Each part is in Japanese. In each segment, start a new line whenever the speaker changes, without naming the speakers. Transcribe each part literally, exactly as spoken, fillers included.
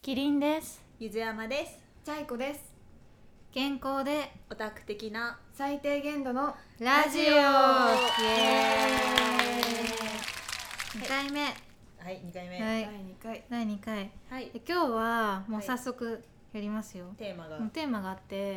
キリンです。
ゆずやまです。
チャイコです。
健康で
オタク的な
最低限度の
ラジオイエーイ、にかいめ。
はい、にかいめ、
はい、
だいにかい
だいにかい、
はい、
で今日はもう早速やりますよ。
テーマが、
もうテーマがあって、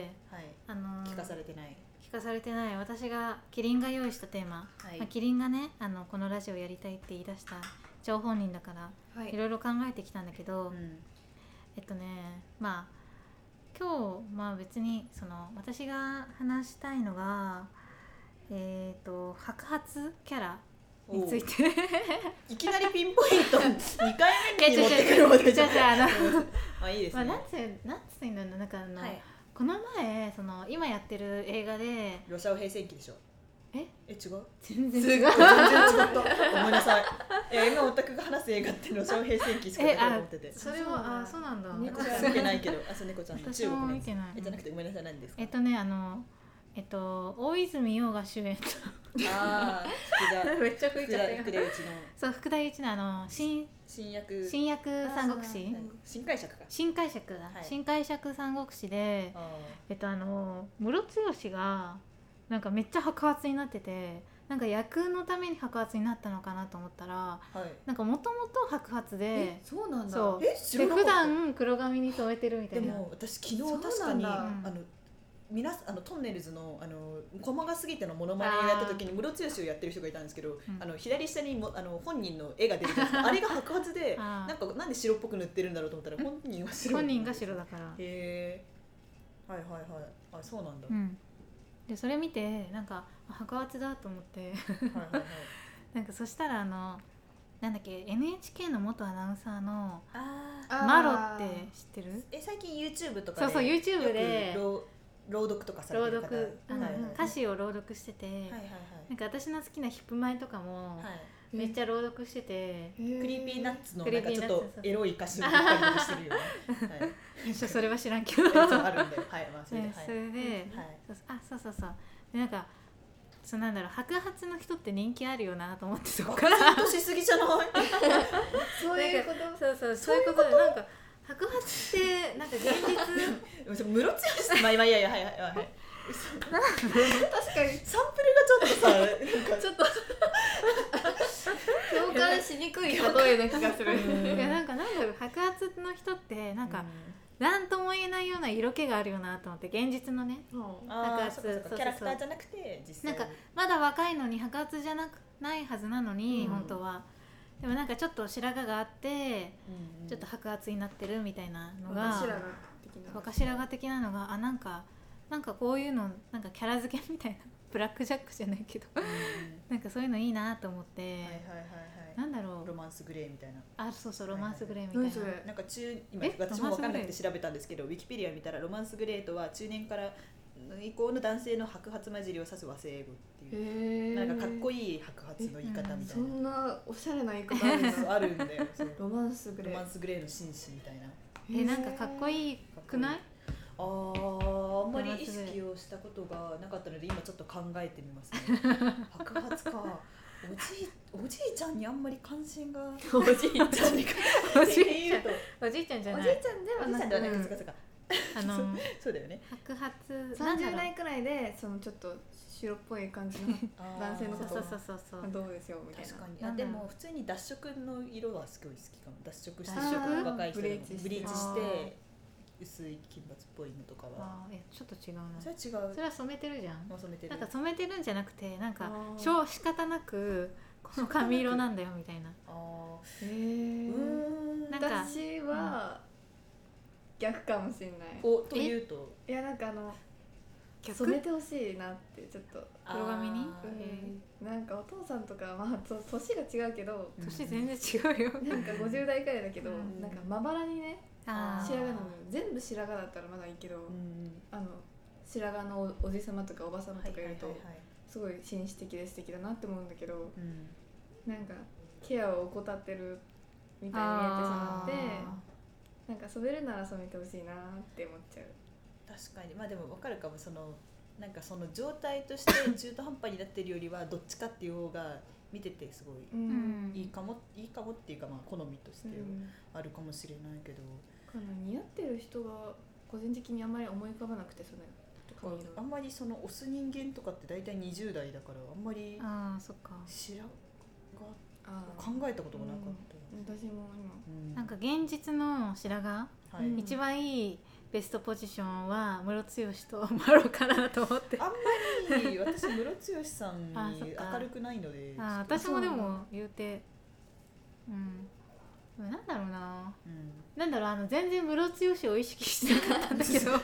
はい、
あのー、
聞かされてない
聞かされてない私がキリンが用意したテーマ、
はい、
まあ、キリンがねあのこのラジオやりたいって言い出した張本人だから、
はい、
いろいろ考えてきたんだけど、
うん、
えっとねまあ今日まあ別にその私が話したいのがえっ、ー、と白髪キャラについて
いきなりピンポイントにかいめに持ってくるまでじゃん。
あ
あ、いいですね。
まあ、なんつうなんつうんだろうなんかあの、
はい、
この前その今やってる映画で
ロシアオ平成期でしょ。
え
え違う？
全然違う。
全然違った。ごめんなさい。え今オタクが話す映画ってロシアオ平成期しかないと思ってて。
それはあそうなんだ。
私は見てないけど、あそう猫ちゃんの中国のやつ。
私も見てない。
えじゃなくてごめんなさい何ですか？
えっとねあのえっと大泉洋が主演
ああ福田
めっちゃ吹いちゃったよ。
福田一の
そう福田一のあの新
新役
新役三国志
新解釈か
新解釈だ、はい、新解釈三国志でえっとあのムロツヨシがなんかめっちゃ白髪になっててなんか役のために白髪になったのかなと思ったら、はい、なんかもともと白髪で
えそうなんだ
そう
え知らなかった。
で普段黒髪に染めてるみたいな。
でも私昨日確かにあの皆あのトンネルズのあの細がすぎてのモノマネをやった時にムロツヨシをやってる人がいたんですけど、うん、あの左下にもあの本人の絵が出るじゃないですか。あれが白髪でなんかなんで白っぽく塗ってるんだろうと思ったら本人は白。
本人が白だから。へ
えはいはいはいあそうなんだ。
うん、でそれ見てなんか白髪だと思ってはいはい、はい、なんかそしたらあのなんだっけ エヌエイチケー の元アナウンサーのマロって知ってる？
え最近 YouTube とかで
そうそう YouTube で
朗読とかされてる方、
朗読、うんはいはい、歌詞を朗読してて、はいはいはい、なんか私の好きなヒップマイとかもめっちゃ朗読してて、
クリーピーナッツのなんかちょっとエロい歌詞を言ったりしてるよね。
はい、それは知らんけどあ
るんで、はいまあそれで、
それで、はい、あそうそうそうでなんかそうなんだろう白髪の人って人気あるよなと思ってそこから
バカしすぎじゃない
そういうこと
そうそうそういうことでなんか白髪ってなんか現
実ムロツヨシってまあいやいやはいはいはい
確かに
サンプルがちょっとさなんか
ちょっと共感しにくい例えな気がする
いやなんかなんだろう白髪の人ってなんか、うん、なんとも言えないような色気があるよなと思って現実のね、
うん、白髪そうそうそうキャラクターじゃなくて実際
なんかまだ若いのに白髪じゃなくないはずなのに、うん、本当はでもなんかちょっと白髪があって、うんうん、ちょっと白髪になってるみたいなのが若白髪的なのがあなんかなんかこういうのなんかキャラ付けみたいなブラックジャックじゃないけど、うん、なんかそういうのいいなと思って、はいはいはいはい、なんだろう
ロマンスグレーみたいな
あそうそうロマンスグレーみたいな、はいはい、
なんか中今私も分かんなくて調べたんですけどウィキペディア見たらロマンスグレーとは中年から以降の男性の白髪混じりを指す和製英語っていうなんかかっこいい白髪の言い方みたいな、うん、
そんなおしゃれな言い方あるんです
あるんだよ
ロマンスグレー
ロマンスグレーの紳士みたいな
えなんかかっこいいくない？
あーあんまり意識をしたことがなかったので今ちょっと考えてみますね白髪かおじい、おじいちゃんにあんまり関心が
おじいちゃんに
おじいちゃん
おじいちゃんじゃない
おじいちゃんではなくて、
うん、あのそうだよね
白髪
さんじゅう代くらいでそのちょっと白っぽい感じの男性のこと
そうそうそうそう
どうですよみたいな
確かにあでも普通に脱色の色はすごい好きかも脱色して
脱色
若い人でも
ブリーチして
薄い金髪っぽいのとかは
あいやちょっと違うな
それは違う
それは染めてるじゃん
染めてる
なんか染めてるんじゃなくてなんかしょ仕方なくこの髪色なんだよみたいな
あへえ私は逆かもしれない
おというと
いやなんかあの染めてほしいなってちょっと
黒髪に、
うん、なんかお父さんとかまあと年が違うけど
年全然違うよ
なんかごじゅう代くらいだけど、うん、なんかまばらにね
あ
白髪なの全部白髪だったらまだいいけど、うん、あの白髪の お, おじさまとかおばさまとかいると、はいはいはいはい、すごい紳士的で素敵だなって思うんだけど、うん、なんかケアを怠ってるみたいに見えてしまってなんか染めるなら染めてほしいなって思っちゃう
確かにまあでも分かるかもそのなんかその状態として中途半端になってるよりはどっちかっていう方が見ててすごいいいかも、うん、いいかもっていうかまあ好みとしてあるかもしれないけど、
かかな、似合ってる人が個人的にあんまり思い浮かばなくて、それ
あんまりその押す人間とかって大体にじゅう代だからあんまり
あそっか
白髪考えたことがなかった、
うん、私も今、
うん、なんか現実の白髪、はい、一番いいベストポジションはムロツヨシとマロかなと思って。
あんまり私ムロツヨシさんに明るくないので
あ私もでも言うてうんなんだろうな、うん、なんだろうあの全然ムロツヨシを意識してなかったんだけど、はい、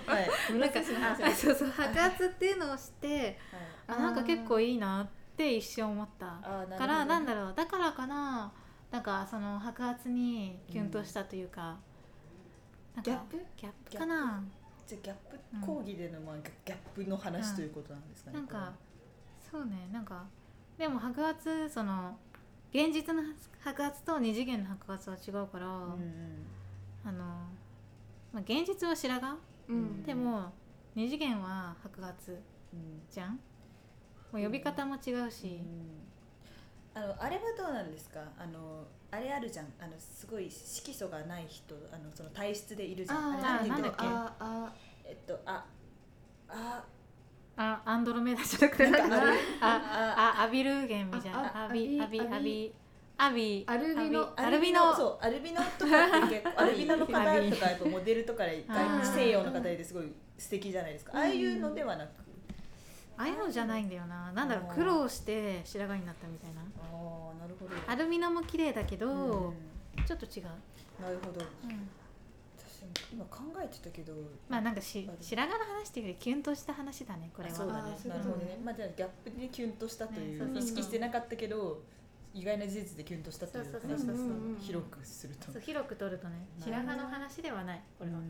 なんかあそうそう白髪っていうのを知って、はい、あなんか結構いいなって一瞬思ったからなんだろうだからかななんかその白髪にキュンとしたというか、
うん、なんかギャップ
ギャップかな
じゃあギャップ講義での、まあ、ギャップの話ということなんですかね、
うん、なんかそうねなんかでも白髪その現実の白髪と二次元の白髪は違うから、うんうん、あの、まあ、現実は白髪、うん、でも二次元は白髪じゃん、もう呼び方も違うし、
うん、あのあれはどうなんですかあのあれあるじゃんあのすごい色素がない人あのその体質でいるじゃんあれなんて言うんだっけああえっとああ
あアンドロメダじゃなくてなんかあああアビルゲンみたいなアビアビアビアビ
アルビノ
アルビノそうアルビノとかって結構アルビノの方とかやっぱモデルとかで西洋の方ですごい素敵じゃないですかああいうのではなく
ああいうのじゃないんだよななんだろう苦労して白髪になったみたいな
あなるほど
アルビノも綺麗だけど、うん、ちょっと違う
なるほど、うん今考えてたけど
まあなんかし白髪の話っていうよりキュンとした話だねこれは
そうだねなるほどねまあじゃあギャップでキュンとしたという、ね、意識してなかったけど意外な事実でキュンとしたという話だと広くすると
そう広く取るとね白髪の話ではないこれは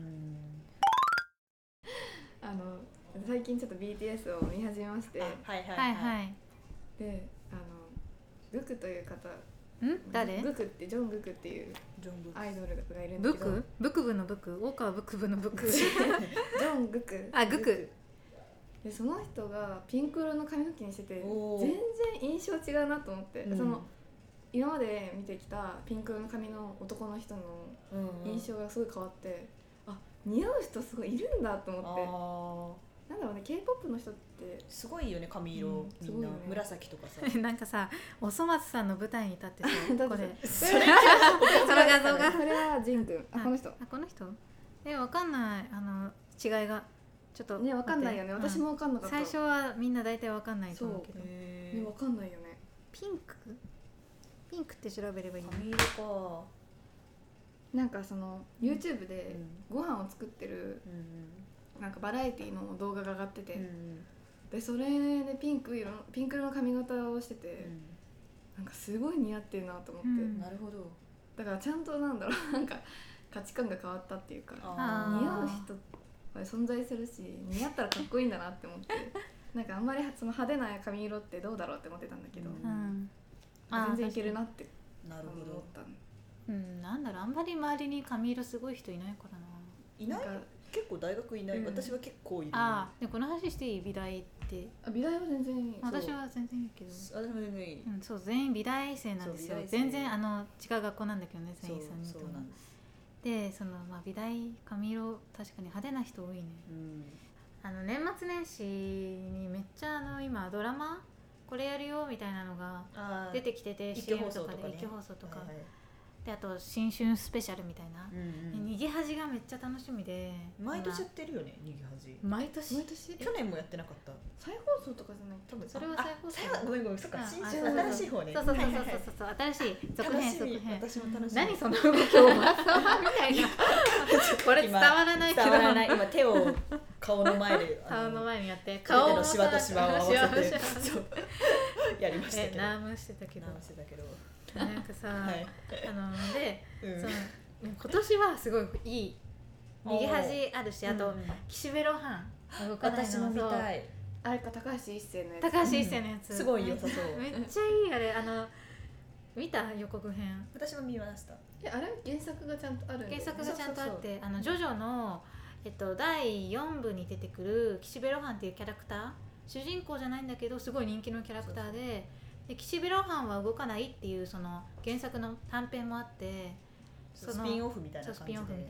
あの最近ちょっと ビーティーエス を見始めまして
はいはいはい、はい、
であのグクという方
ん誰
グクってジョングクっていうアイドルがいるんだけど
ブクブクブのブク大川ブクブのブク
ジョングク
あグク
でその人がピンク色の髪の毛にしてて全然印象違うなと思って、うん、その今まで見てきたピンク色の髪の男の人の印象がすごい変わって、うんうん、あ似合う人すごいいるんだと思って。なんだろうね K-ポップ の人って
すごいよね髪色、うん、みんな、ね、紫とかさ
なんかさおそ松さんの舞台に立ってさこれ
それその画像がそれはジンくんあこの人
あこの人えわかんないあの違いがちょっと
ねわかんないよね私もわかんなかった
最初はみんな大体わかんないと思うけど
ねわかんないよね
ピンクピンクって調べればいいの
髪色か
なんかその YouTube でご飯を作ってる、うんうんなんかバラエティの動画が上がってて、うん、でそれでピンク色ピンク色の髪型をしてて、うん、なんかすごい似合ってるなと思って、うん、
なるほど
だからちゃんとなんだろうなんか価値観が変わったっていうか似合う人は存在するし似合ったらかっこいいんだなって思ってなんかあんまりその派手な髪色ってどうだろうって思ってたんだけど、うん、全然いけるなって
なるほど
思ったの、
うん、なんだろうあんまり周りに髪色すごい人いないからな。
いない結構大学いない、うん、私は結構いる。
ああでこの話していい美大って
あ美大は全然いい。
私は全然いいけど
私も全然いい、
うん、そう全員美大生なんですよ。全然あの違う学校なんだけどね全員さんにんとも。でその、まあ、美大髪色確かに派手な人多いね、うん、あの年末年始にめっちゃあの今ドラマこれやるよみたいなのが出てきてて シーエム とかで一挙放送とか、はいはい、であと新春スペシャルみたいな、うんうん、逃げ恥がめっちゃ楽しみで
毎年やってるよね逃げ恥
毎年
毎年
去年もやってなかった
再放送とかじゃない
多分それは再放送
ごめんごめんそっか新春新しい方ね
そうそうそうそうそう新しい続編続編
私も楽しみ
何その動きを回すみたいなこれ伝わらないけど
伝わらない今手を顔の前で
顔の前にやって
顔のシワとシワを合わせてやりましたけど
ナームしてたけど
ナームしてたけど
なんかさ、はい、あので、うん、その今年はすごいいい逃げ恥あるし、あと、うん、岸辺露伴
私も見たい。
あれか高橋一生のやつ
高橋一生のやつ、
うん、すごい良さそう
めっちゃいいあれあの見た予告編
私も見ました。
えあれ原作がちゃんとあるん
原作がちゃんとあってあのジョジョの、えっと、だいよんぶに出てくる岸辺露伴っていうキャラクター主人公じゃないんだけどすごい人気のキャラクターでで岸辺露伴は動かないっていうその原作の短編もあって
そのスピンオフみたいな感じで
スピンオフみたいな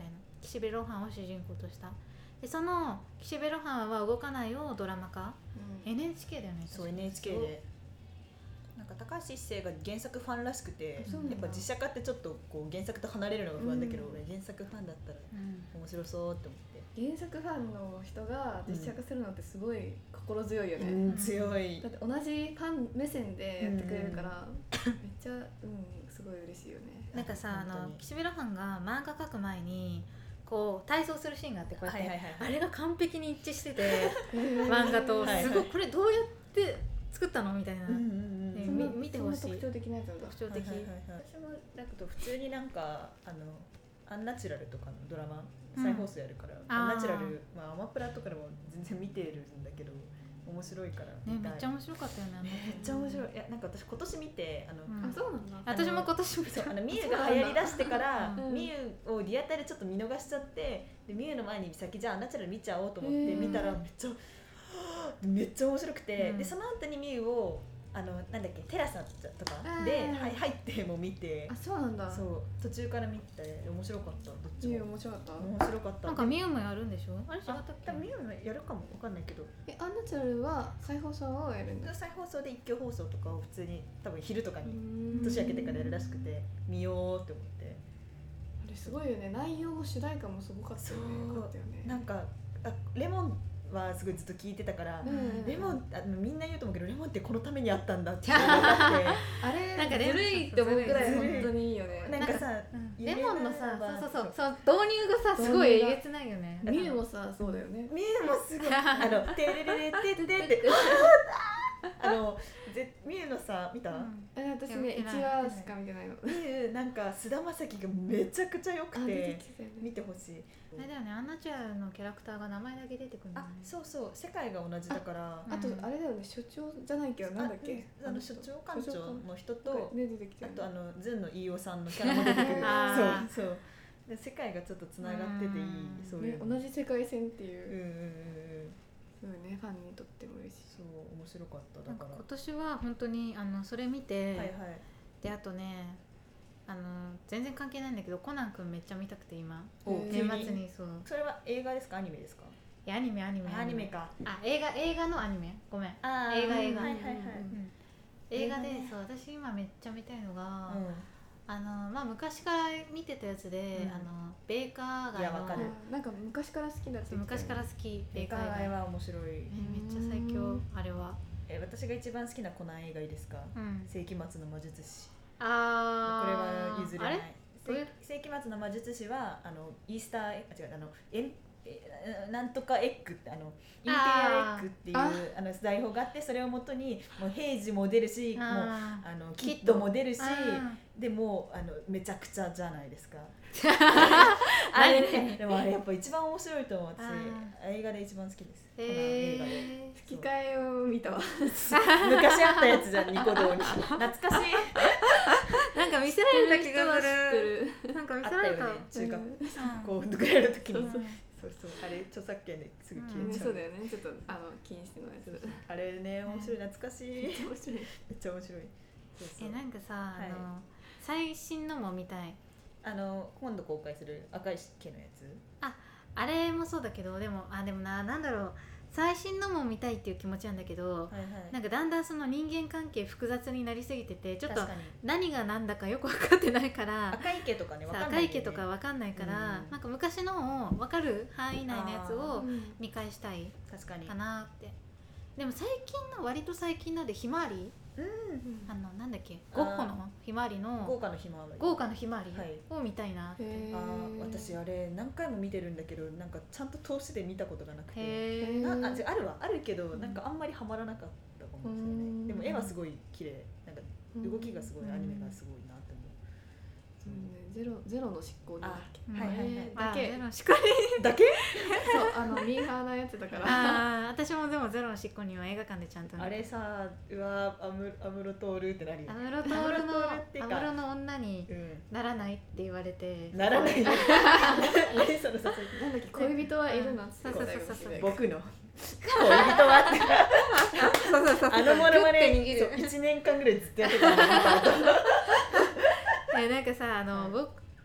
岸辺露伴を主人公とした。でその岸辺露伴は動かないをドラマ化、うん、エヌエイチケー だよね。
そう エヌエイチケー でなんか高橋一生が原作ファンらしくて、やっぱ実写化ってちょっとこう原作と離れるのが不安だけど、うん、原作ファンだったら面白そうって思って、
うん、原作ファンの人が実写化するのってすごい心強いよね、
うん、強い。
だって同じファン目線でやってくれるから、うん、めっちゃ、うん、すごい嬉しいよね。
なんかさ、あの岸辺露伴が漫画描く前にこう体操するシーンがあって、こうやって、はいはいはいはい、あれが完璧に一致してて漫画とすごいこれどうやって作ったのみたいな、うんうんうんね、み見てほしい。
特徴的なやつだ。
特徴的、はいはい
はいはい、私もだけど普通になんかあのアンナチュラルとかのドラマ再放送やるから、うん、アンナチュラル、まあ、アマプラとかでも全然見てるんだけど面白いから
ね、めっちゃ面白かったよね。
めっちゃ面白い。いやなんか私今年見てあの、
うん、あそうなんだ。
私も今年見た。
あのミユが流行りだしてからミユをリアタイでちょっと見逃しちゃって、でミユの前に先じゃあアンナチュラル見ちゃおうと思って見たらめっちゃめっちゃ面白くて、うん、でその後にミユをあのなんだっけテラサとかで、はい、入っても見て、
あそうなんだ。
そう途中から見て面白かった。どっちも
面白かった。
面白かった。
なんかミユもやるんでしょ。あれ違ったっけ。
ミユもやるかもわかんないけど。
えアンナチュラルは再放送をやるんだ。
再放送で一挙放送とかを普通に多分昼とかに年明けてからやるらしくて見ようって思って。
あれすごいよね。内容も主題歌もすごかったよね。
そうだよね。なんかあレモンはすごいずっと聞いてたから、うん、レモンあのみんな言うと思うけどレモンってこのためにあったんだって思って
あれなんかずるいって思うくらい本当にいいよね。
なんかさ、
うん、レモンのさそうそうそうそう導入がさすごいえげつないよね。
ミユもさそうだよね。
ミユもすごいあのテレレレテテテってあのぜミユのさ見た？うん、
え私ねいちわしか見てないの。
ミユなんか菅田将暉がめちゃくちゃ良くて、ね、見てほしい。
あれだよね、アンナチュラルのキャラクターが名前だけ出てくるんだよね。
あ、そうそう世界が同じだから。
あ, あとあれだよね所長じゃないけどなんだっけ？
あの所長官庁の人と、
ね、出てきて
あとあのズンの飯尾さんのキャラも出てくる。そうそうで世界がちょっとつながってていい。そういう、
ね、同じ世界線っていう。
うんうんうん。
そうねファンにとっても嬉しい。
そう面白かっただから。
今年は本当にあのそれ見て、
はいはい、
であとね。あの全然関係ないんだけどコナン君めっちゃ見たくて今年末にそう。
それは映画ですかアニメですか？
いやアニメアニメ
アニメか。
あ映画映画のアニメごめん。
あ
映画映画、
はいはいはい、うん、
映画で、ね、そう私今めっちゃ見たいのが、うん、あのまあ昔から見てたやつで、うん、あのベーカー街のいやわかる
なんか昔から好きだって、
ね、昔から好き
ベーカー街は面白い、
えめっちゃ最強あれは。
え私が一番好きなコナン映画いいですか？うん、世紀末の魔術師。
あ
これは譲れない。世紀末の魔術師はあのイースターあ違うあのエンなんとかエッグってあのインペアエッグっていう あ, あの台本があってそれをもとにもう平次も出るしもうあのキッドも出るしでもあのめちゃくちゃじゃないですかあれねでもあれやっぱ一番面白いと思う私映画で一番好きです。
映画で
吹き替えを見たわ
昔あったやつじゃんニコ動に懐かしい
なんか見せられた気がするなんか見せられた、
ね、中学校ぐらいの時に、うん、そうそうあれ著作権ですぐ消えちゃう、
うん、そうだよねちょっとあの禁止のやつ
あれね面白い懐かしいめっちゃ面白いめっちゃ面白い
そうそうえなんかさ、はい、あの最新のも見たい
あの今度公開する赤い毛のやつ
ああれもそうだけどでもあでもななんだろう最新のも見たいっていう気持ちなんだけど、はいはい、なんかだんだんその人間関係複雑になりすぎててちょっと何が何だかよく分かってないから
赤い毛とかね分かんない、
ね、赤い毛とか分かんないから、うん、なんか昔のを分かる範囲内のやつを見返したいかなって。でも最近の割と最近のでひまわりうん、あのなんだっけゴッホのひまわりの
豪華のひまわり
豪華のひまわりを見たいなって、
はい、あ私あれ何回も見てるんだけどなんかちゃんと通しで見たことがなくてなああるはあるけどなんかあんまりハマらなかったかもしれないでも絵はすごい綺麗なんか動きがすごいアニメがすごいなって思う、
うんね、ゼロゼロの執行人だっけ、
うん、はいはいはい
だけ
ゼロの執行人
だけ
そうあのミーハーなやつだから
あ私もでもゼロの執行人は映画館でちゃんと
あれさうわアムアムロトールって何
アムロトールのアムロの女にならないって言われて、
うん、ならない何そのさ
なんだっけ恋人はいるのって
そうそうそうそう
僕の恋人はって
そうそうそう
あのモノマネいちねんかんぐらいずっとやってたんだ
えなんかさあの、うん、僕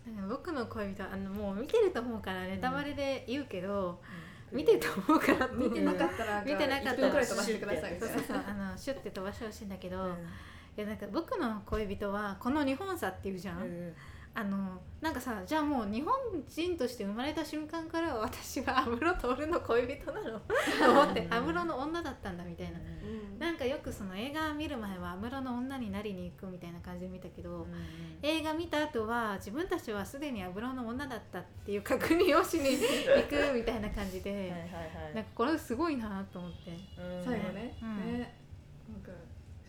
僕の恋人はあのもう見てると思うからネタバレで言うけど、うん、見てると思うから
見てなかったら
見てなかったら
いっぷんくらい飛ばしてくださいみたいな。
そうそうそうあのシュッて飛ばしてほしいんだけど、うん、いやなんか僕の恋人はこの日本さっていうじゃん、うん、あのなんかさじゃあもう日本人として生まれた瞬間から私は安室透の恋人なのと思って安室の女だったんだみたいな、うん、なんかよくその映画見る前は安室の女になりに行くみたいな感じで見たけど、うん、映画見た後は自分たちはすでに安室の女だったっていう確認をしに行くみたいな感じではいはい、はい、なんかこれすごいなと思って、
うん、最後ね、うん、ねなんか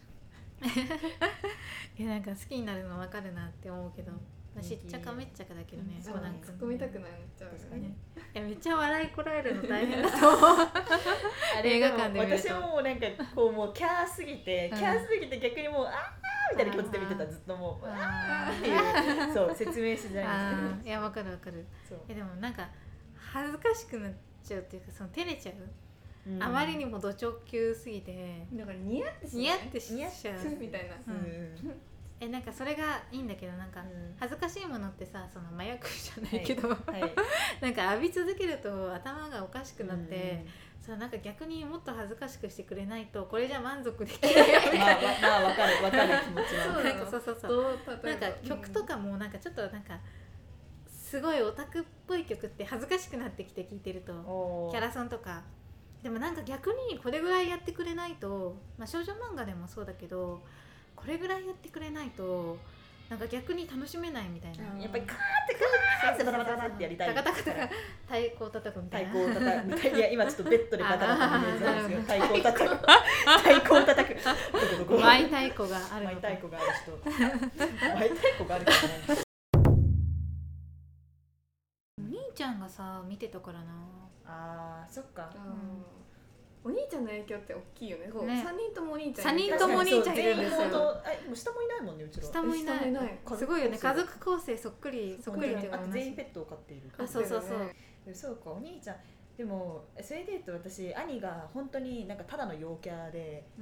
いやなんか好きになるの分かるなって思うけど、しっちゃかめっちゃかだけどね、
コナン君突っ込みたくなっちゃうからね。
いやめっちゃ笑いこらえるの大変だと思う
あれ映画館で見ると私ももうなんかこうもうキャーすぎて、うん、キャーすぎて逆にもうあーみたいな気持ちで見てたずっともうあーっていうそう説明しづらいんですけど
いやわかるわかるえでもなんか恥ずかしくなっちゃうっていうかその照れちゃう、うん、あまりにもド直球すぎて
だからニヤってし
ニヤってしちゃう
みたいな、うんうん
えなんかそれがいいんだけどなんか恥ずかしいものってさその麻薬じゃないけど、はいはい、なんか浴び続けると頭がおかしくなって、うん、そうなんか逆にもっと恥ずかしくしてくれないとこれじゃ満足できない
まあまあわかるわかる気持ちは
そうなんかそうそうそうなんか曲とかもなんかちょっとなんかすごいオタクっぽい曲って恥ずかしくなってきて聴いてるとキャラソンとかでもなんか逆にこれぐらいやってくれないと、まあ、少女漫画でもそうだけどこれぐらいやってくれないとなんか逆に楽しめないみたいな、
やっぱりカーってカーってバタバタバタってやりたい
タカタカタカ太鼓を叩くみたいな
太鼓を叩くみたいないや今ちょっとベッドでバタバタ見えたんですよ太鼓を叩く太鼓を叩く
マイ太鼓がある
マイ太鼓がある人マイ太鼓がある人じゃない
お兄ちゃんがさ見てたからな
あーそっか、うん
お兄ちゃんの影響って大きいよね。こうねさんにんともお兄ちゃん
さんにんともお兄ちゃんいるんですよ。
えもう下もいないもんねうちら。
下もいない。ないすごいよね。家族構成そっくりそっくりっていう
か全員ペットを飼っている。
あそうそうそう。
そうかお兄ちゃんでもそれでいうと私兄が本当になんかただの陽キャで、うん、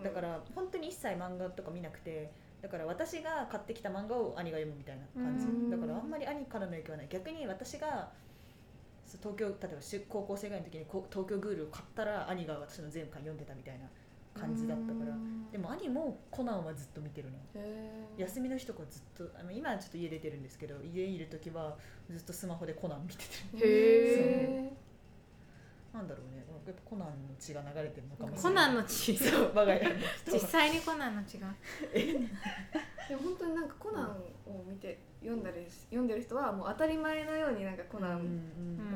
だから本当に一切漫画とか見なくて。だから私が買ってきた漫画を兄が読むみたいな感じ。だからあんまり兄からの影響はない。逆に私が東京例えば高校生ぐらいの時に東京グールを買ったら兄が私の全巻読んでたみたいな感じだったからでも兄もコナンはずっと見てるの休みの日とかずっとあの今はちょっと家出てるんですけど家にいる時はずっとスマホでコナン見ててへなんだろうねやっぱコナンの血が流れてるのかもしれない
コナンの血
そう我が家の人
実際にコナンの血が
でも本当になんかコナンを見て読んだり読んでる人はもう当たり前のようになんかコナン、うんうん、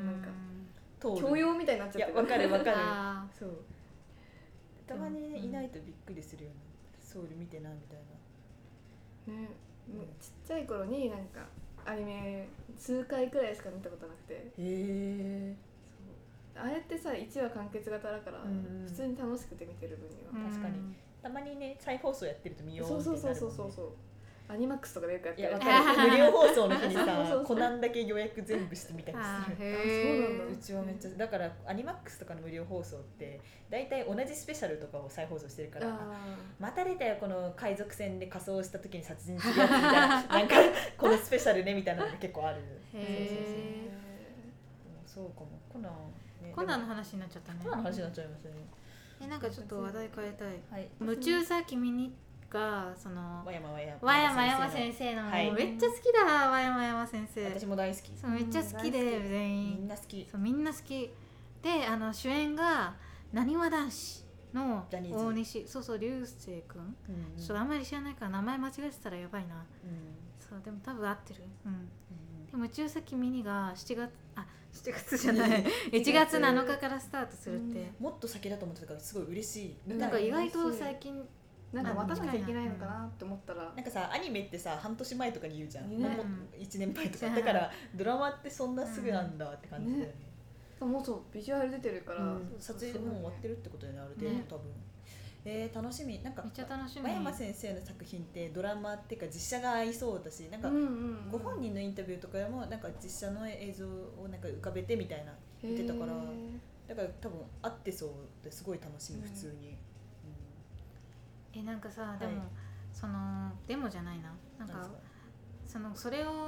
なんか教養みたいになっちゃってる。
いやわかるわかる。そう。たまに、ね、いないとびっくりするようなソウル見てなみたい
な。ね、もうちっちゃい頃になんかアニメ数回くらいしか見たことなくて。へえ。あれってさいちわ完結型だから、うん、普通に楽しくて見てる分には、
うん、確かにたまにね再放送やってると見ようってなるもんね。
そうそうそうそうそうアニマックスとかでよくやってる。
いや分かる無料放送の日にさコナンだけ予約全部してみたりする。
そうなんだ。
うちはめっちゃだからアニマックスとかの無料放送ってだいたい同じスペシャルとかを再放送してるからまた出たよこの海賊船で仮装した時に殺人するやつみたいななんかこのスペシャルねみたいなのが結構ある。へそうそうそうそうかもコナン
ね、コナンの話になっちゃったね。
コナンの話になっちゃいますね。
えなんかちょっと話題変えたい。はい、夢中さ君にがその
和山和山
和山山先生の、はい、めっちゃ好きだ和山山先生。
私も大好き。
そうめっちゃ好きで、うん、全員
みんな好き。
そうみんな好きであの主演がなにわ男子の大西そうそう流星くん。うんうん、ちょっとあんまり知らないから名前間違えてたらやばいな。うん、そうでも多分合ってる。うん。うん、で夢中さ君にがしちがつあしちがつじゃないいちがつなのかからスタートするって、
うん、もっと先だと思ってたからすごい嬉しい。
なんか意外と最近
なんか待たなきゃいけないのかなって思ったら、
なんかさアニメってさ半年前とかに言うじゃん、ね、もういちねんまえとかだからドラマってそんなすぐなんだって感じだよね。
うんね、もうそうビジュアル出てるから、うん、
撮影もう終わってるってことだよねある程度、ね、多分。えー、楽しみなんか
めっちゃ楽しみ。
和山先生の作品ってドラマっていうか実写が合いそうだしなんかご本人のインタビューとかでもなんか実写の映像をなんか浮かべてみたいな言ってたからだから多分合ってそうですごい楽しみ普通に、
うん、えなんかさでも、はい、そのデモじゃないななんかそのそれを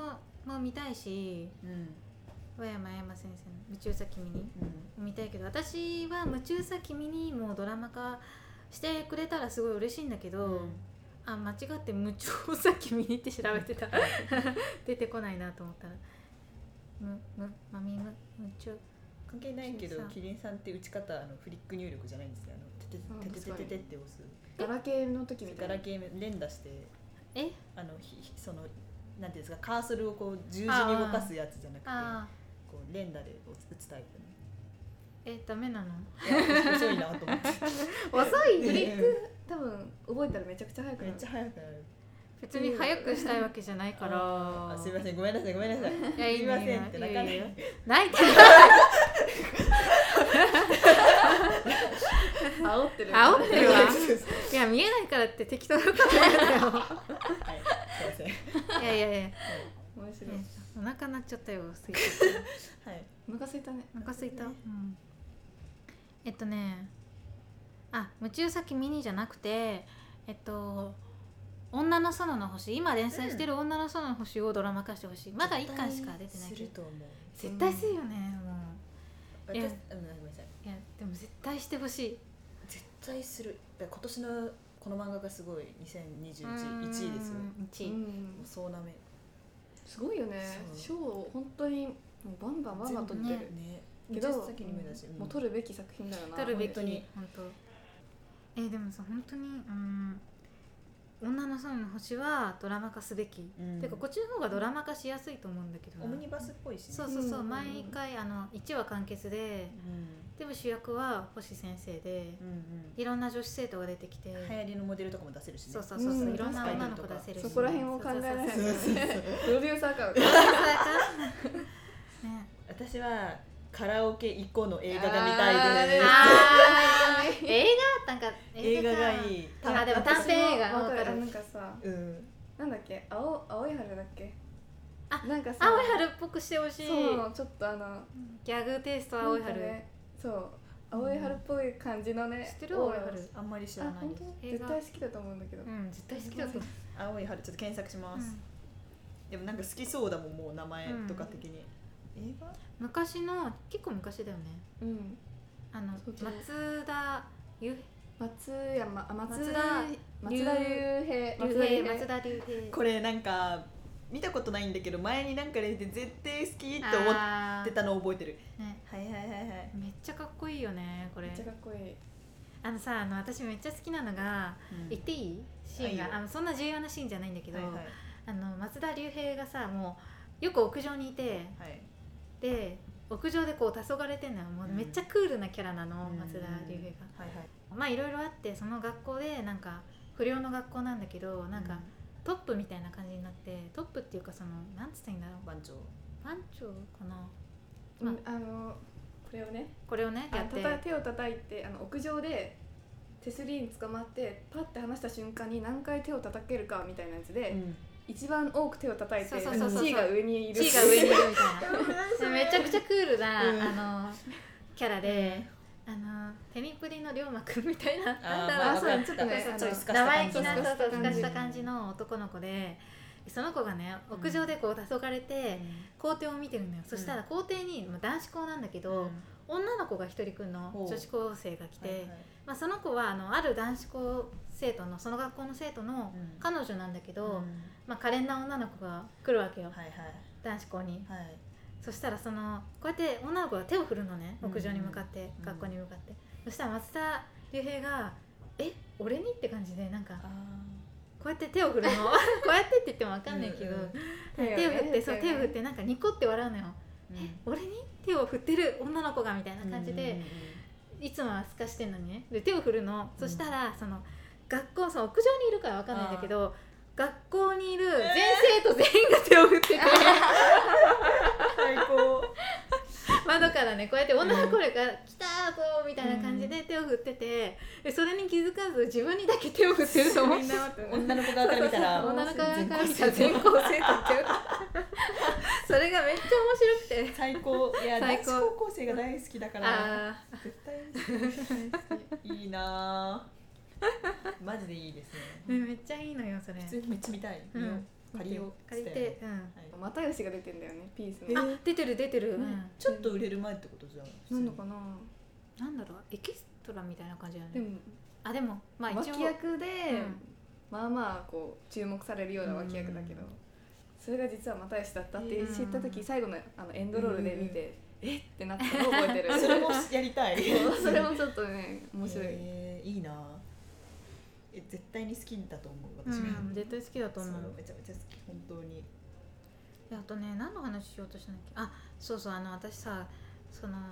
も見たいし、うん、和山やま先生の夢中さ君に、うん、見たいけど、私は夢中さ君にもうドラマ化してくれたらすごい嬉しいんだけど、うん、あ、間違って夢中さ君にって調べてた出てこないなと思ったらむむまみむ夢中
関係ないけど、キリンさんって打ち方あのフリック入力じゃないんですよ。あのてててててててって押す
ガラケーの時みたいな。
ガラケー連打して
え
あのひそのなんていうんですか、カーソルをこう十字に動かすやつじゃなくて、こう連打で打つタイプね。
え、ダメなの？
いや遅いなと思って
遅いフリック多分覚えたらめちゃくちゃ早くなる。
めっちゃ早くなる。
別に早くしたいわけじゃないから
あ、すいません、ごめんなさいごめんなさい。
いや、いい
すいませんって泣かない。
泣いてる。
煽ってる。
煽ってるわ。いや、見えないからって適当なこと言うんだよ。はい、
すいません。
いやいやいや。
面白い。
お腹鳴っちゃったよ。すい
はい。お腹空いたね。
お腹空いた。うん。えっとね、あ、夢中さ君にじゃなくて、えっと。女の園の星、今連載してる女の園の星をドラマ化してほしい。まだいっかんしか出てないけど絶対するよね。もういや、いやでも絶対してほしい。
絶対する。今年のこの漫画がすごいにせんにじゅういちいちいですよ。
いちい、うん、
そうなめ
すごいよね。賞を本当にもうバンバンバンバン取ってる、ね、けど、うん、もう取るべき作品だよな。
取るべきに本当。えー、でもさ本当にうん女の園の星はドラマ化すべき、うん、てかこっちの方がドラマ化しやすいと思うんだけど、
オムニバスっぽいし、ね、
そうそうそう、うん、毎回あのいちわ完結で、うん、でも主役は星先生で、うんうん、いろんな女子生徒が出てきて流
行りのモデルとかも出せるしね。
そうそうそう、うん、いろんな女の子出せるし、
そこら辺を考えられるプロデューサーか
プロデューサーか
ね、私はカラオケ以降の映画が見たいです。
あー映画なんか
映画がいい。
あ、でも短編映画
わかる。なんかさ、うん、なんだっけ、青青い春だっけ。
あ、なんかさ、青い春っぽくしてほしい。
そう、ちょっとあの
ギャグテイスト青い春。
ね、そう青い春っぽい感じのね。
知ってる？青い春。
あんまり知らないです。
絶対好きだと思うんだけど。
うん、絶対好きだと思う。
青い春ちょっと検索します。でもなんか好きそうだもん、もう名前とか的に。映画？
昔の結構昔だよね。うん。あの松田優
松山松田松田龍平
松田龍平松田龍平。
これなんか見たことないんだけど前になんか出て絶対好きって思ってたのを覚えてる。ね、はいはいはいはい。
めっちゃかっこいいよねこれ。
めっちゃかっこいい。
あのさ、あの私めっちゃ好きなのが、うん、言っていいシーンが、あのそんな重要なシーンじゃないんだけど、はいはい、あの松田龍平がさもうよく屋上にいて、はい、で屋上でこう黄昏てんのよ。もうめっちゃクールなキャラなの、うん、松田龍平が、はいはい、まあいろいろあってその学校でなんか不良の学校なんだけどなんかトップみたいな感じになってトップっていうかそのなんつったらいいんだろう、
番長
番長かな、
まあ、あのこれをね
これをねやって
手を叩いてあの屋上で手すりに捕まってパッて離した瞬間に何回手を叩けるかみたいなやつで、うん、一番多く手を叩いて地位が上にいる
地位が上にいるみたいなめちゃくちゃクールな、うん、あのキャラで、うん、あのテニプリの龍馬くんみたいななんだろう、
まあ、ちょっとね
生意気なそうすかした感じの男の子でその子がね屋上でこう黄昏て校庭を見てるのよ、うん、そしたら校庭に男子校なんだけど、うん、女の子が一人来るの、女子高生が来て、はいはい、まあ、その子はあのある男子校生徒のその学校の生徒の彼女なんだけど、うん、まあ、可憐な女の子が来るわけよ、はいはい、男子校に、はい、そしたらそのこうやって女の子が手を振るのね、屋上に向かって、うん、学校に向かって、そしたら松田龍平がえ俺にって感じでなんかこうやって手を振るのこうやってって言っても分かんないけど、うんうん、手を振って、そう手を振ってなんかニコって笑うのよ、うん、え俺に手を振ってる女の子がみたいな感じで、うんうんうん、いつもはすかしてんのにね、で手を振るの、うん、そしたらその学校その屋上にいるから分かんないんだけど学校にいる全生徒全員が手を振ってて、えー、
最高
窓からねこうやって女の子が来たぞみたいな感じで手を振ってて、でそれに気づかず自分にだけ手を振ってると思って
女の子側から見たら
女の子側から見たら全校生徒ってそれがめっちゃ面白くて
最高。いや男子高校生が大好きだから絶対いいなマジでいいですね。
めっちゃいいのよそれ。
普通にめっちゃ見たい、
うん、
借りよう
借りて、うん、
はい、又吉が出てんだよねピース
の。あ、出てる出てる、うん、
ちょっと売れる前ってことじゃん。
なんのかな。
なんだろう、エキストラみたいな感じだね。
でも
あ、でもまあ一応
脇役で、うん、まあまあこう注目されるような脇役だけど、うん、それが実は又吉だったって知った時、最後のあのエンドロールで見て、うん、えってなったのを覚えてる。
それもやりたい。
それもちょっとね面白い。
えー、いいな。え、絶対に好きだと思う私は、
うん、絶対好きだと思う。
めちゃめちゃ好き本当に。
あとね、何の話しようとしたんだっけ。あ、そうそう、あの私さ、その、はい、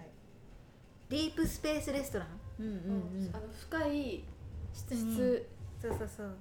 ディープスペースレストラン、
うんうんうん、あの深い
室に、そうそうそう、うん、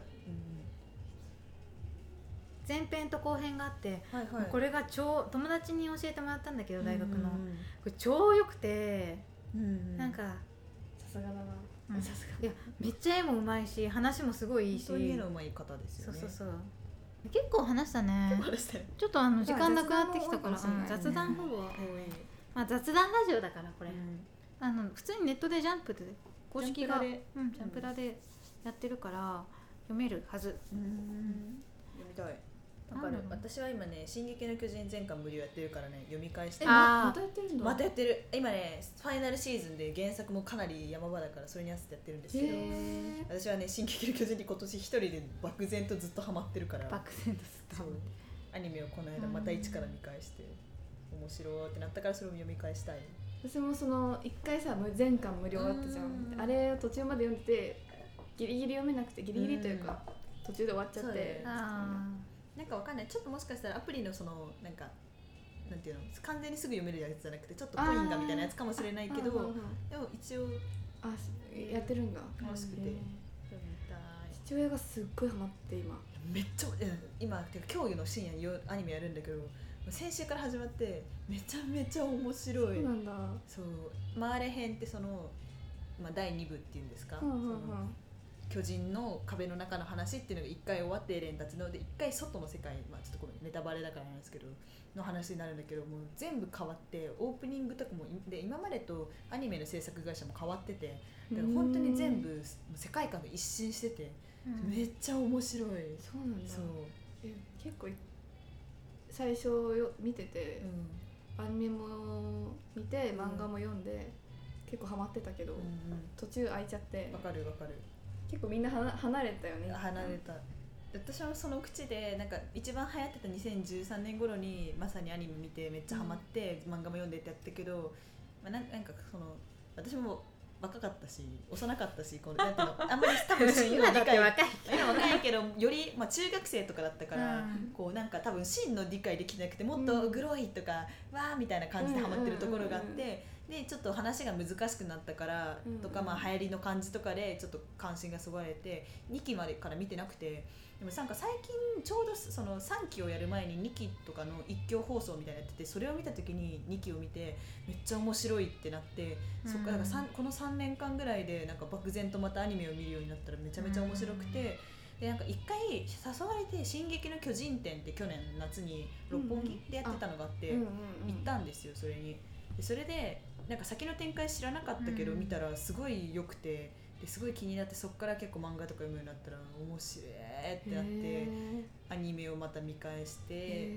前編と後編があって、はいはい、これが超友達に教えてもらったんだけど、大学の、うんうん、これ超良くて、うんうん、なんか
さすがだな、
うん、さすが。いや、めっちゃ絵もうまいし、話もすごいいいし、
本当に絵のうまい方ですよね。
そうそうそう、結構話したね。
結構話したよ。
ちょっとあの時間なくなってきたから、雑談ほぼ多い。まあ雑談ラジオだからこれ。うん、あの普通にネットでジャンプで公式がジャンプラで、うん、ジャンプラでやってるから読めるはず。うん、
読みたい。わかる。私は今ね、進撃の巨人全巻無料やってるからね、読み返してる。
またやってるんだ。
またやってる。今ね、ファイナルシーズンで原作もかなり山場だからそれに合わせてやってるんですけど、私はね、進撃の巨人に今年一人で漠然とずっとハマってるから。
漠然とずっと。そう。
アニメをこの間また一から見返して面白いってなったからそれを読み返したい。
私もその一回さ、全巻無料だったじゃん。あれを途中まで読んでギリギリ読めなくて、ギリギリというか途中で終わっちゃって。
なんかわかんない、ちょっともしかしたらアプリのそのなんかなんていうの、完全にすぐ読めるやつじゃなくてちょっとコインがみたいなやつかもしれないけど、でも一応
あやってるんだ。
楽しくて読みたい。
父親がすっごいハマって今
めっちゃ、うん、今てか今日の深夜アニメやるんだけど、先週から始まってめちゃめちゃ面白い。
そうなんだ。
そう、マーレ編ってその、まあ、だいにぶっていうんですか、うんうんうん、その巨人の壁の中の話っていうのがいっかい終わってエレンたちのでいっかい外の世界、まあ、ちょっとごめんネタバレだからなんですけどの話になるんだけど、もう全部変わってオープニングとかもで今までとアニメの制作会社も変わってて、だから本当に全部世界観が一新してて、うん、めっちゃ面白い。
そうなんだ。
そう
え結構最初よ見てて、うん、アニメも見て漫画も読んで、うん、結構ハマってたけど、うんうん、途中空いちゃって。
わかるわかる。
結構みんなは離れたよね。
離れた。私はその口でなんか一番流行ってたにせんじゅうさんねん頃にまさにアニメ見てめっちゃハマって、うん、漫画も読んでってやったけど、まあ、なんかその私も若かったし幼かったし、こうなんていうのあんまり多分真の理解
若い
今若いけどより、まあ、中学生とかだったから、うん、こうなんか多分真の理解できなくてもっとグロいとか、うん、わーみたいな感じでハマってるところがあって、でちょっと話が難しくなったからとか、まあ、流行りの感じとかでちょっと関心がそがれてにきまでから見てなくて、でもなんか最近ちょうどそのさんきをやる前ににきとかの一挙放送みたいなのやってて、それを見た時ににきを見てめっちゃ面白いってなって、うん、そっからなんかこのさんねんかんぐらいでなんか漠然とまたアニメを見るようになったらめちゃめちゃ面白くて、うん、でなんか一回誘われて進撃の巨人展って去年夏に六本木でやってたのがあって、うんうん、行ったんですよ。それにでそれでなんか先の展開知らなかったけど、うん、見たらすごい良くて、ですごい気になって、そっから結構漫画とか読むようになったら面白いってなってアニメをまた見返して、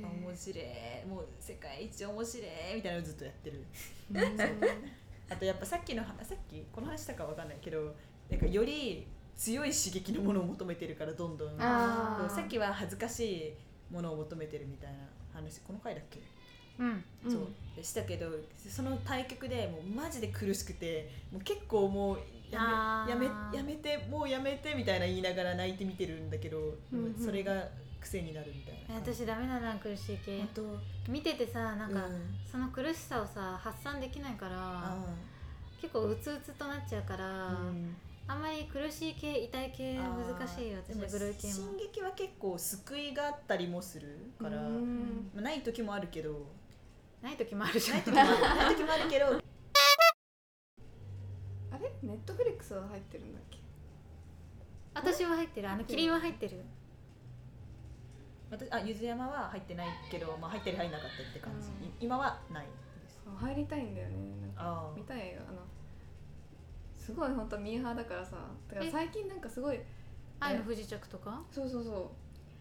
面白いもう世界一面白いみたいなのをずっとやってる。あとやっぱさっきのさっきこの話したかわかんないけど、なんかより強い刺激のものを求めてるからどんどん、さっきは恥ずかしいものを求めてるみたいな話、この回だっけ、
うん、
そうでしたけど、その対局でもうマジで苦しくて、もう結構もうやめ、やめ、やめてもうやめてみたいな言いながら泣いて見てるんだけど、うんうん、それが癖になるみたいな。
私ダメだな苦しい系。見ててさ、なんか、うん、その苦しさをさ発散できないから、結構うつうつとなっちゃうから、うん、あんまり苦しい系痛い系難しいよ私。グルー系も
進撃は結構救いがあったりもするから、うん、まあ、ない時もあるけど
ない時もあるじゃん。
ない時もある、ない時もあるけど
あれネットフリックスは入ってるんだっけ。
私は入ってる。あのキリンは入ってる。
私あゆず山は入ってないけど、まあ、入ったり入んなかったって感じ、うん、今はないです。
入りたいんだよね。なんか見たいあのすごい本当ミーハーだからさ。だから最近なんかすごい
愛の不時着とか。
そうそうそう。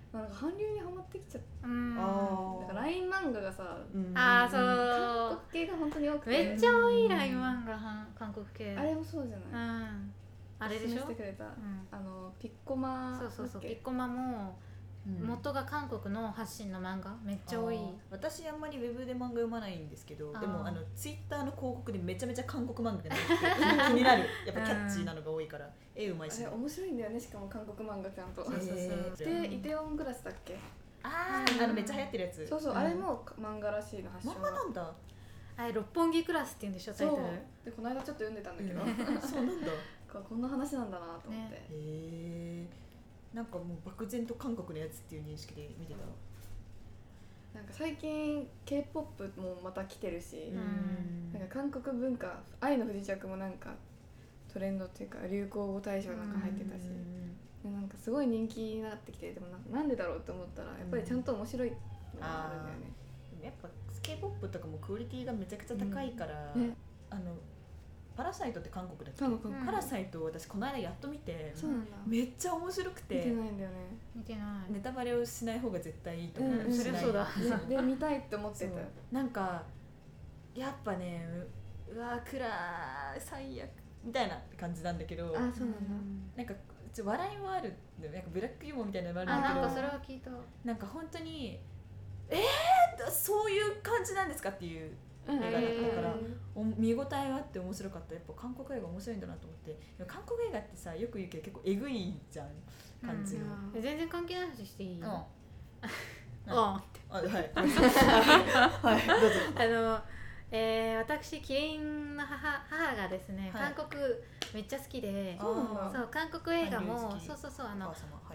なんか韓流にハマってきちゃった。
うん、
なんか ライン 漫画がさ、
うん、あーそう
韓国系が本当に多くて
めっちゃ多い ライン 漫画韓国系。
あれもそうじゃない、
うん、あれでしょしてくれた、うん、
あのピッコマ。
そうそうそう、ピッコマも元が韓国の発信の漫画めっちゃ多い。
私あんまりウェブで漫画読まないんですけど、でもあのツイッターの広告でめちゃめちゃ韓国漫画が気になる。やっぱキャッチーなのが多いから絵うまいし、ね、
あれ面白いんだよね。しかも韓国漫画ちゃんと。
そうそうそう。
でイテウォンクラスだっけ。
ああ、あのめっちゃ流行ってるやつ。
そうそう、あれも漫画らしいの発祥。
漫画なんだ。
あれ六本木クラスって言うんでしょタイトル。
でこの間ちょっと読んでたんだけど、
そうなんだ。
こんな話なんだなと思って。
へえ。なんかもう漠然と韓国のやつっていう認識で見てた。
なんか最近 K-ポップ もまた来てるし、なんか韓国文化、愛の不時着もなんかトレンドっていうか流行語大賞なんか入ってたし、でなんかすごい人気になってきて、でもなんかなんでだろうと思ったらやっぱりちゃんと面白いのがあるんだよね。
やっぱ K-ポップ とかもクオリティがめちゃくちゃ高いから、うんね、あのパラサイトって韓国だっけ、うん、パラサイトを私この間やっと見て、
そうなんだ、
めっちゃ面白くて。
見てないんだよね。
見てない。
ネタバレをしない方が絶対いいと思う。
うんうん、それはそうだ。
で見たいって思ってた。
なんかやっぱね、うわ暗い最悪みたいな感じなんだけど、
あ、そうなんだ。
なんかちょ笑いもある、なんかブラックユーモアみたいなのもあるんだけど、
あ、なんかそれは聞いた。
なんか本当にえー、そういう感じなんですかっていう映画だったから、見応えがあって面白かった。やっぱ韓国映画面白いんだなと思って。韓国映画ってさ、よく言うけど結構えぐいじゃん感じの、
うん、全然関係ない話していい？うん。あ
あはいはいはいどうぞ。
あの、えー、私キリンの母母がですね、はい、韓国めっちゃ好きで、そう韓国映画もそうそうそう、あの、はい、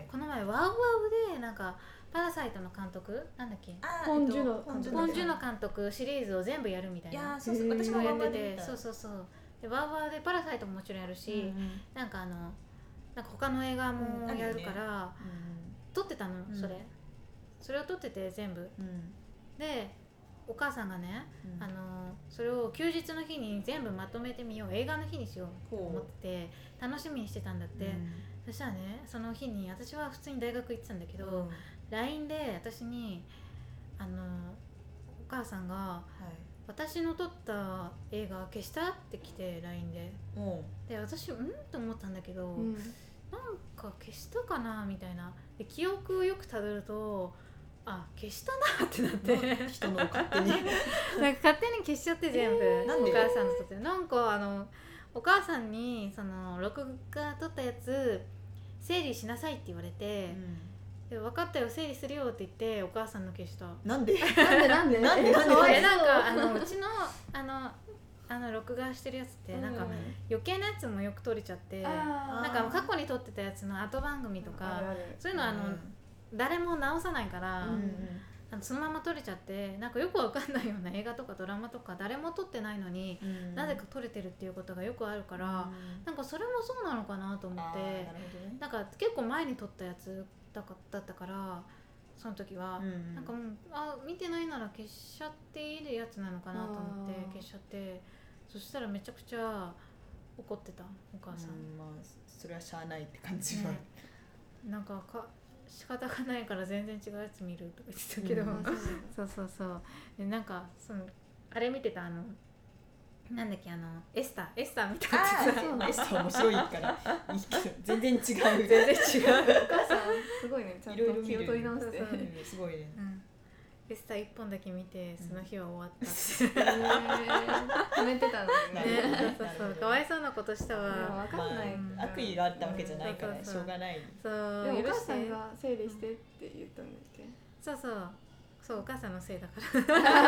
この前ワウワウでなんかパラサイトの監督なんだっけ、
ポン・ジュノ
ポン・ジュノ監督シリーズを全部やるみたいな。
いやそうそう、私も
やってて、そうそうそう。でワウワウでパラサイトももちろんやるし、うんうん、なんかあのなんか他の映画もやるから、うんね、撮ってたの、それ、うん、それを撮ってて全部、うん、でお母さんがね、うん、あのそれを休日の日に全部まとめてみよう、映画の日にしようと思って楽しみにしてたんだって、うん、そしたらね、その日に私は普通に大学行ってたんだけど、うん、ライン で私にあのお母さんが、はい、私の撮った映画消したって来て ライン で、で私うんと思ったんだけど、うん、なんか消したかなみたいな。で記憶をよくたどると、あ、消したなってなって
人の勝手に
なんか勝手に消しちゃって全部、えー、なんでお母さんの撮ってなんかあのお母さんにその録画撮ったやつ整理しなさいって言われて、うん、で分かったよ整理するよって言ってお母さんの消した。
なんで
なんでなんで
なんでなんで
なんでなんかあのうちのあのあの録画してるやつってなんか余計なやつもよく撮れちゃって、うん、なんか過去に撮ってたやつの後番組とかそういうのはあの、うん、誰も直さないから、うんうん、あのそのまま撮れちゃって、なんかよくわかんないような映画とかドラマとか誰も撮ってないのに、うん、なぜか撮れてるっていうことがよくあるから、うん、なんかそれもそうなのかなと思って、ね、なんか結構前に撮ったやつだったからその時は、うん、なんかもうあ見てないなら消しちゃっていいやつなのかなと思って消しちゃって、そしたらめちゃくちゃ怒ってたお母さん、
うん、まあそれはしゃあないって感じは、ね、
なんかか仕方がないから全然違うやつ見るとか言ってたけど、うん、そうそうそうでなんかそのあれ見てたあのなんだっけあのエスターエスター見たって
さ、エスター面白いからいいけど全然違う全然違う
お母さんすごいね、ちゃんと気を取り直して
すごいね、
うんエスター一本だけ見てその日は終わった、
止めてたの
ね。そうそうそうかわいそうなことしたわ。
分かんない、
まあ、悪意があったわけじゃないからしょうがない。
そうでもお母さんが整理してって言ったんだっけ。
そうそうそうお母さんのせいだから。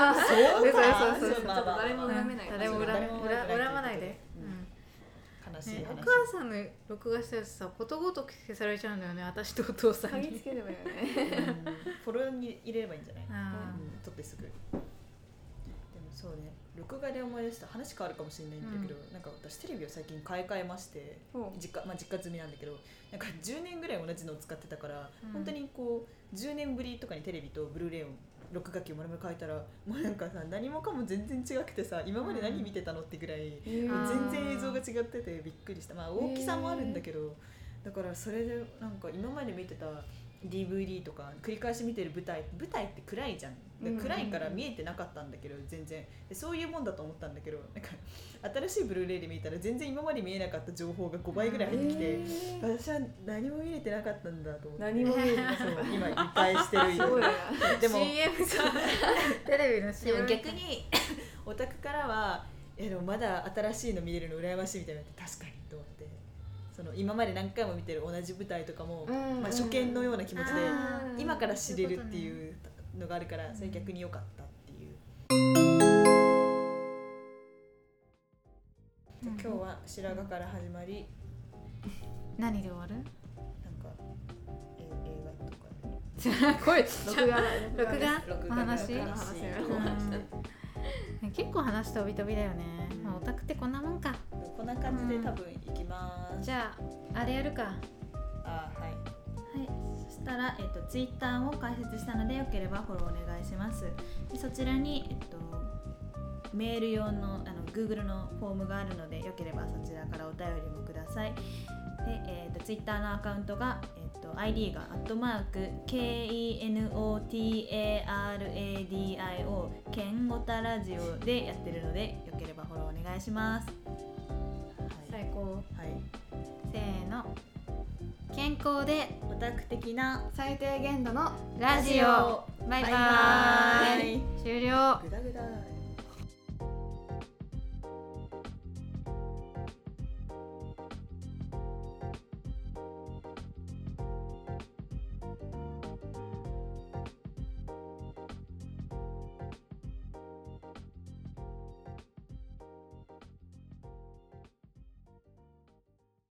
そう
かそうそうそうちょっと誰も恨めない。
誰も恨まないで。
悲しい話、
ね、お母さんの録画したやつさことごとく消されちゃうんだよね、私とお父さんに。
鍵つければいいよね、
うん、フォローに入れればいいんじゃない、うん、撮ってすぐ。でもそうね、録画で思い出した話変わるかもしれないんだけど、うん、なんか私テレビを最近買い替えまして、実家、まあ、実家済みなんだけど、なんかじゅうねんぐらい同じのを使ってたから、うん、本当にこうじゅうねんぶりとかにテレビとブルーレイを録画機を丸々変えたらもうなんかさ何もかも全然違くてさ、今まで何見てたのってぐらい、うん、もう全然映像が違っててびっくりした。まあ大きさもあるんだけど、だからそれでなんか今まで見てたディーブイディー とか繰り返し見てる舞台舞台って暗いじゃん、暗いから見えてなかったんだけど全然でそういうもんだと思ったんだけどなんか新しいブルーレイで見たら全然今まで見えなかった情報がごばいぐらい入ってきて、えー、私は何も見えてなかったんだと思って
何も見えてな
そう今理解してる
すごいな
でも
シーエム さテレビの シーエム
でも逆にオタクからはいやでもまだ新しいの見れるの羨ましいみたいなって確かにと思ってその今まで何回も見てる同じ舞台とかも、まあ、初見のような気持ちで今から知れるっていうのがあるからそれ逆に良かったっていう、うん、今日は白髪から始まり
何で終わる？
なんかえ映画とか
これ
録画
録画
録画
お話
録画の話
うん、結構話飛び飛びだよね、まあ、オタクってこんなもんか
こんな感じで多分いきます、
うん、じゃああれやるか
あはい
はいそしたら、えっと、ツイッターを開設したのでよければフォローお願いしますでそちらに、えっと、メール用の、あの Google のフォームがあるのでよければそちらからお便りもくださいで、えっと、ツイッターのアカウントが、えっと、アイディー がアットマーク ケーイーエヌオーティーエーアールエーディーアイオー ケンゴタラジオでやってるのでよければフォローお願いします、はい、最高
はい
せーの健康で
オタク的な
最低限度の
ラジオバイバーイ終了
グダグダ